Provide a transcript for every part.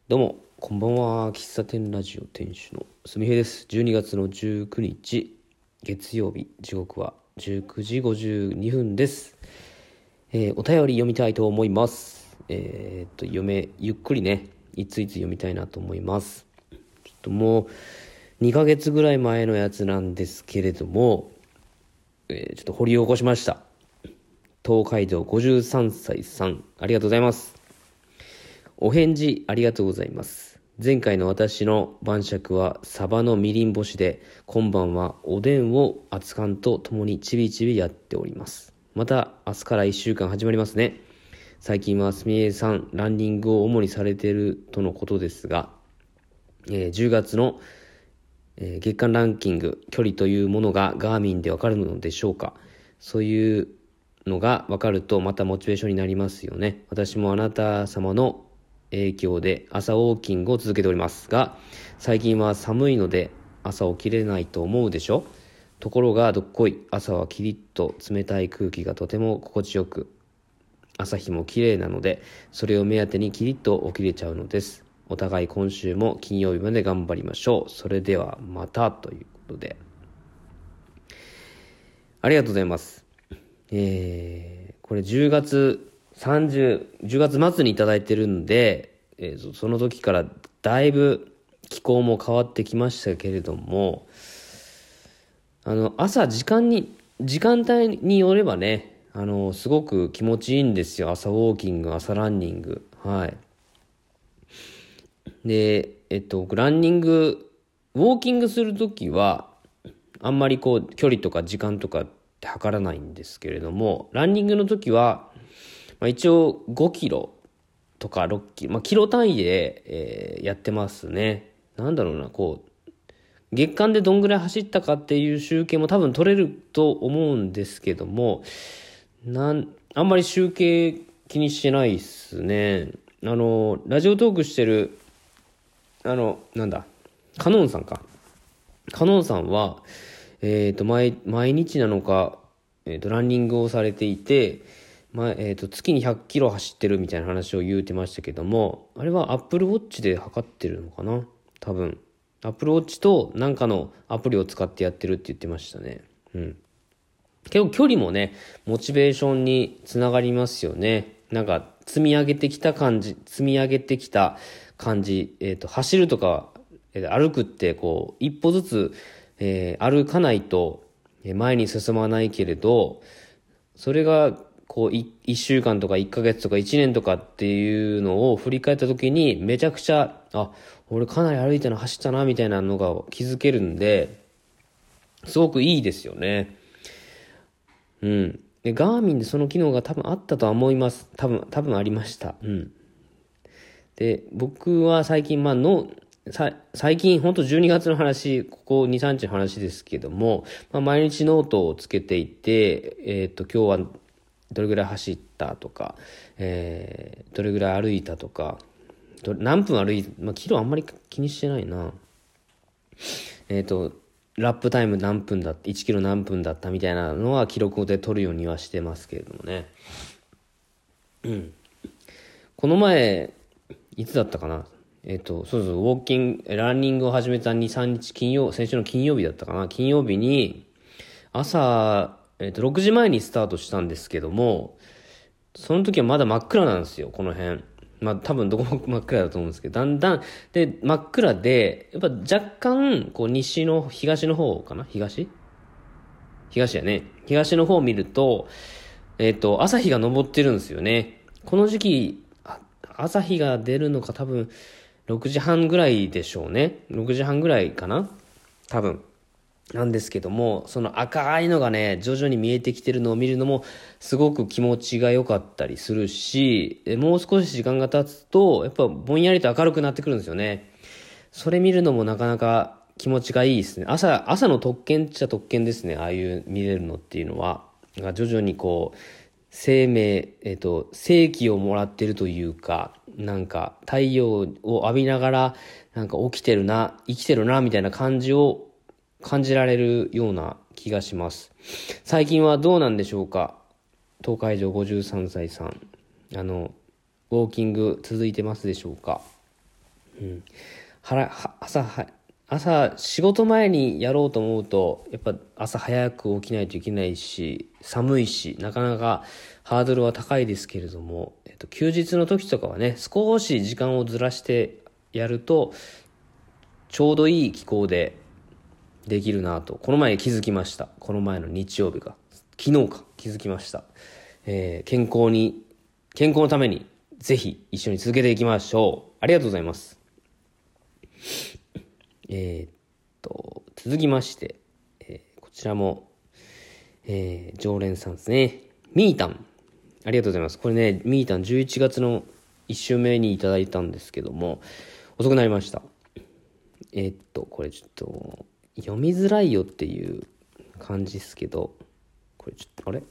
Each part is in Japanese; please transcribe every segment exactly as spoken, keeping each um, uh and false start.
どうも、こんばんは。喫茶店ラジオ店主のすみへいです。じゅうにがつのじゅうくにち、月曜日、時刻はじゅうくじごじゅうにふんです。えーお便り読みたいと思います。えーっと、読め、ゆっくりね、いついつ読みたいなと思います。ちょっともう、にかげつぐらい前のやつなんですけれども、えーちょっと掘り起こしました。東海道ごじゅうさんさいさん、ありがとうございます。お返事ありがとうございます。前回の私の晩酌はサバのみりん干しで、今晩はおでんを熱燗とともにちびちびやっております。また明日からいっしゅうかん始まりますね。最近はすみえさんランニングを主にされているとのことですが、えーじゅうがつの、えー月間ランキング距離というものがガーミンでわかるのでしょうか。そういうのがわかるとまたモチベーションになりますよね。私もあなた様の影響で朝ウォーキングを続けておりますが、最近は寒いので朝起きれないと思うでしょ。ところがどっこい、朝はキリッと冷たい空気がとても心地よく、朝日も綺麗なので、それを目当てにキリッと起きれちゃうのです。お互い今週も金曜日まで頑張りましょう。それではまた、ということで、ありがとうございます。えー、これじゅうがつさんじゅう、じゅうがつ末にいただいてるんで、えーその時からだいぶ気候も変わってきましたけれども、あの、朝時間に、時間帯によればね、あの、すごく気持ちいいんですよ。朝ウォーキング、朝ランニング。はい。で、えっと、ランニング、ウォーキングするときは、あんまりこう、距離とか時間とかって測らないんですけれども、ランニングのときは、まあ、一応ごキロとかろっキロ、まあ、キロ単位で、えーやってますね。なんだろうな、こう、月間でどんぐらい走ったかっていう集計も多分取れると思うんですけども、なん、あんまり集計気にしてないっすね。あの、ラジオトークしてる、あの、なんだ、カノンさんか。カノンさんは、えっと、毎、毎日なのか、えっと、ランニングをされていて、まあ、えっと、月にひゃっキロ走ってるみたいな話を言うてましたけども、あれは Apple Watch で測ってるのかな多分。Apple Watch となんかのアプリを使ってやってるって言ってましたね。うん。結構距離もね、モチベーションにつながりますよね。なんか、積み上げてきた感じ、積み上げてきた感じ、えっと、走るとか、えー歩くってこう、一歩ずつ、えー歩かないとえー前に進まないけれど、それが、こう、い一週間とか一ヶ月とか一年とかっていうのを振り返った時に、めちゃくちゃ、あ、俺かなり歩いたな、走ったな、みたいなのが気づけるんで、すごくいいですよね。うん。で、ガーミンでその機能が多分あったとは思います。多分、多分ありました。うん。で、僕は最近、まあ、の、さ、最近、ほんとじゅうにがつの話、ここに、さんにちの話ですけども、まあ、毎日ノートをつけていて、えっと、今日はどれぐらい走ったとか、えー、どれぐらい歩いたとか、ど何分歩い、まあ、キロあんまり気にしてないな。えっと、ラップタイム何分だった、いちキロ何分だったみたいなのは記録で取るようにはしてますけれどもね。うん。この前、いつだったかなえっと、そうそう、ウォーキング、ランニングを始めたに、さんにち、金曜、先週の金曜日だったかな金曜日に、朝、えっと、ろくじまえにスタートしたんですけども、その時はまだ真っ暗なんですよ、この辺。まあ多分どこも真っ暗だと思うんですけど、だんだん、で、真っ暗で、やっぱ若干、こう西の、東の方かな東東やね。東の方を見ると、えっと、朝日が昇ってるんですよね。この時期、あ朝日が出るのか多分、ろくじはんぐらいでしょうね。ろくじはんぐらいかな多分。なんですけども、その赤いのがね、徐々に見えてきてるのを見るのも、すごく気持ちが良かったりするし、えもう少し時間が経つと、やっぱぼんやりと明るくなってくるんですよね。それ見るのもなかなか気持ちがいいですね。朝、朝の特権っちゃ特権ですね。ああいう見れるのっていうのは。が徐々にこう、生命、えっと、生気をもらってるというか、なんか太陽を浴びながら、なんか起きてるな、生きてるな、みたいな感じを感じられるような気がします。最近はどうなんでしょうか。東海道ごじゅうさんさいさん。あの、ウォーキング続いてますでしょうか。 うん、はらは朝は朝仕事前にやろうと思うとやっぱ朝早く起きないといけないし、寒いし、なかなかハードルは高いですけれども、えっと、休日の時とかはね、少し時間をずらしてやるとちょうどいい気候でできるなと、この前気づきました。この前の日曜日か昨日か気づきました。えー、健康に健康のためにぜひ一緒に続けていきましょう。ありがとうございます。えー、っと続きまして、えー、こちらも、えー、常連さんですね。みーたん、ありがとうございます。これね、みーたんじゅういちがつのいっ週目にいただいたんですけども、遅くなりました。えー、っとこれちょっと読みづらいよっていう感じですけど、これちょっとあれ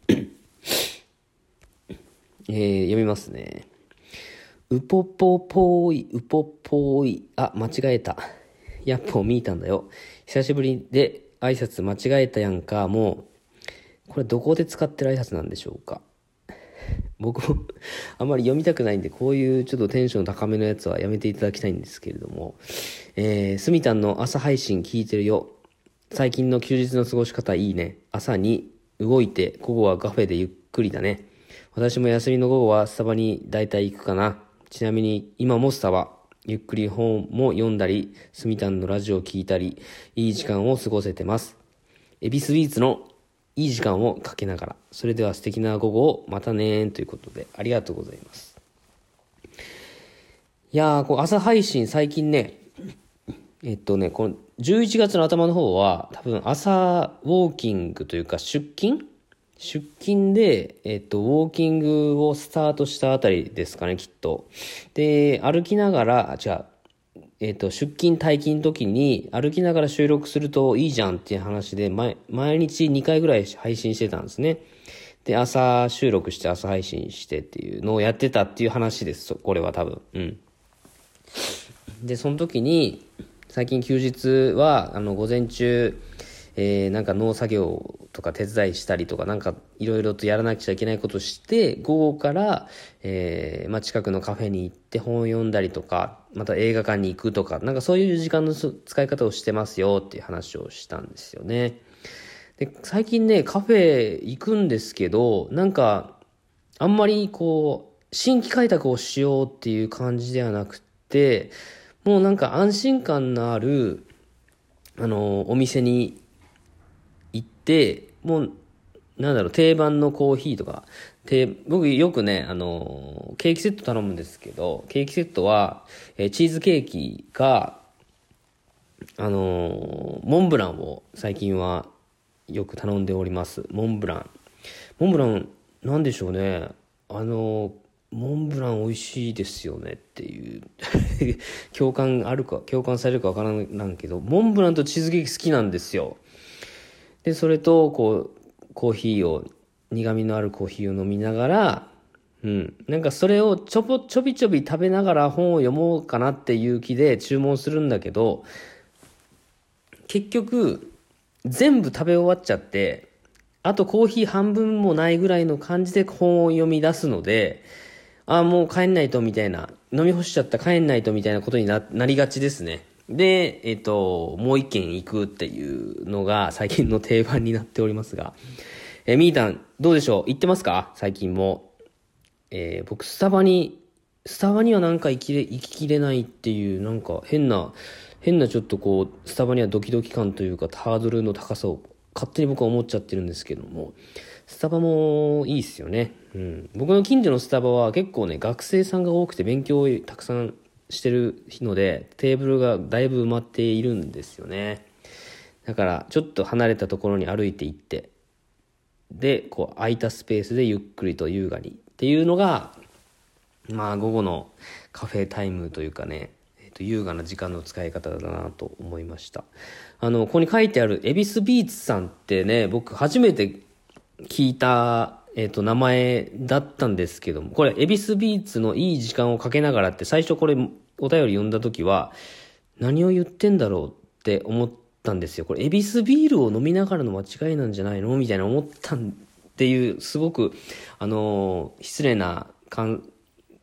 えー、読みますね。うぽぽぽーいうぽぽーい、あ、間違えた。やっぱみーたんだよ。久しぶりで挨拶間違えたやんか。もうこれどこで使ってる挨拶なんでしょうか。僕もあんまり読みたくないんで、こういうちょっとテンション高めのやつはやめていただきたいんですけれども、えー、すみたんの朝配信聞いてるよ。最近の休日の過ごし方いいね。朝に動いて午後はカフェでゆっくりだね。私も休みの午後はスタバにだいたい行くかな。ちなみに今もスタバ、ゆっくり本も読んだり、すみたんのラジオを聞いたり、いい時間を過ごせてます。エビスイーツのいい時間をかけながら。それでは素敵な午後をまたねーということで、ありがとうございます。いやー、こう朝配信最近ね、えっとね、このじゅういちがつの頭の方は多分朝ウォーキングというか出勤出勤で、えっと、ウォーキングをスタートしたあたりですかね、きっと。で、歩きながら、じゃあ、えっと、出勤退勤の時に歩きながら収録するといいじゃんっていう話で、毎毎日にかいぐらい配信してたんですね。で、朝収録して朝配信してっていうのをやってたっていう話です、これは多分。うん。で、その時に、最近休日は、あの、午前中、えー、なんか農作業とか手伝いしたりとか、なんかいろいろとやらなくちゃいけないことして、午後から、えー、まあ、近くのカフェに行って本を読んだりとか、また映画館に行くとか、なんかそういう時間の使い方をしてますよっていう話をしたんですよね。で、最近ね、カフェ行くんですけど、なんか、あんまりこう、新規開拓をしようっていう感じではなくて、もうなんか安心感のある、あの、お店に行って、もう、なんだろう、定番のコーヒーとか、僕よくね、あの、ケーキセット頼むんですけど、ケーキセットは、えー、チーズケーキか、あの、モンブランを最近はよく頼んでおります。モンブラン。モンブラン、なんでしょうね。あの、モンブラン美味しいですよねっていう共感あるか、共感されるかわからんけど、モンブランとチーズケーキ好きなんですよ。で、それと、こう、コーヒーを、苦味のあるコーヒーを飲みながら、うん。なんかそれをちょぽ、ちょびちょび食べながら本を読もうかなっていう気で注文するんだけど、結局、全部食べ終わっちゃって、あとコーヒー半分もないぐらいの感じで本を読み出すので、あ、もう帰んないとみたいな、飲み干しちゃった帰んないとみたいなことに な, なりがちですね。で、えっと、もう一軒行くっていうのが最近の定番になっておりますが、えー、みーたん、どうでしょう？行ってますか？最近も。えー、僕、スタバに、スタバにはなんか行きれ、行ききれないっていう、なんか変な、変なちょっとこう、スタバにはドキドキ感というか、ハードルの高さを勝手に僕は思っちゃってるんですけども、スタバもいいっすよね。うん。僕の近所のスタバは結構ね、学生さんが多くて勉強をたくさんしてるので、テーブルがだいぶ埋まっているんですよね。だから、ちょっと離れたところに歩いて行って、で、こう、空いたスペースでゆっくりと優雅にっていうのが、まあ、午後のカフェタイムというかね、えーと、優雅な時間の使い方だなと思いました。あの、ここに書いてある、エビスビーツさんってね、僕初めて聞いた、えっと、名前だったんですけども、これ、エビスビーツのいい時間をかけながらって、最初これ、お便り読んだときは、何を言ってんだろうって思ったんですよ。これ、エビスビールを飲みながらの間違いなんじゃないのみたいな思ったっていう、すごく、あのー、失礼な感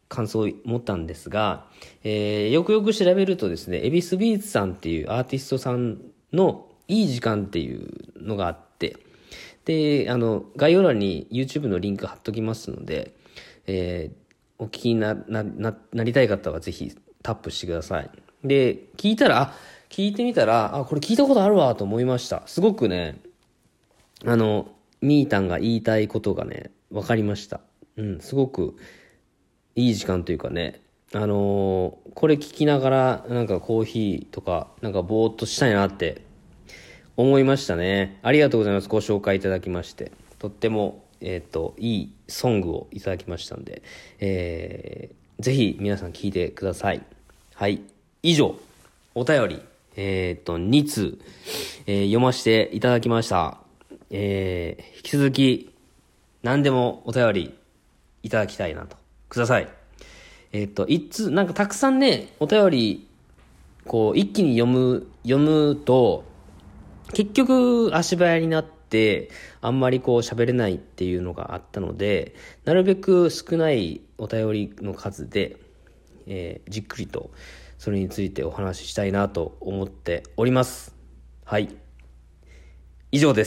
感想を持ったんですが、えー、よくよく調べるとですね、エビスビーツさんっていうアーティストさんのいい時間っていうのがあって、で、あの、概要欄に YouTube のリンク貼っときますので、えー、お聞きにな、な、な、なりたい方はぜひタップしてください。で、聞いたら、あ、聞いてみたら、あ、これ聞いたことあるわと思いました。すごくね、あの、みーたんが言いたいことがね、わかりました。うん、すごくいい時間というかね、あのーこれ聞きながら、なんかコーヒーとか、なんかぼーっとしたいなって思いましたね。ありがとうございます。ご紹介いただきまして。とっても、えっと、いいソングをいただきましたんで、えー、ぜひ皆さん聞いてください。はい。以上、お便り、えっと、に通、えー読ませていただきました。えー、引き続き、何でもお便りいただきたいなと。ください。えっと、一通、なんかたくさんね、お便り、こう、一気に読む、読むと、結局足早になって、あんまりこう喋れないっていうのがあったので、なるべく少ないお便りの数で、えーじっくりとそれについてお話ししたいなと思っております。はい。以上です。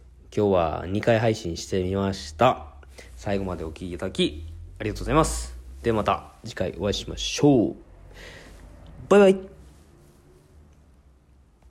今日はにかい配信してみました。最後までお聞きいただきありがとうございます。ではまた次回お会いしましょう。バイバイ。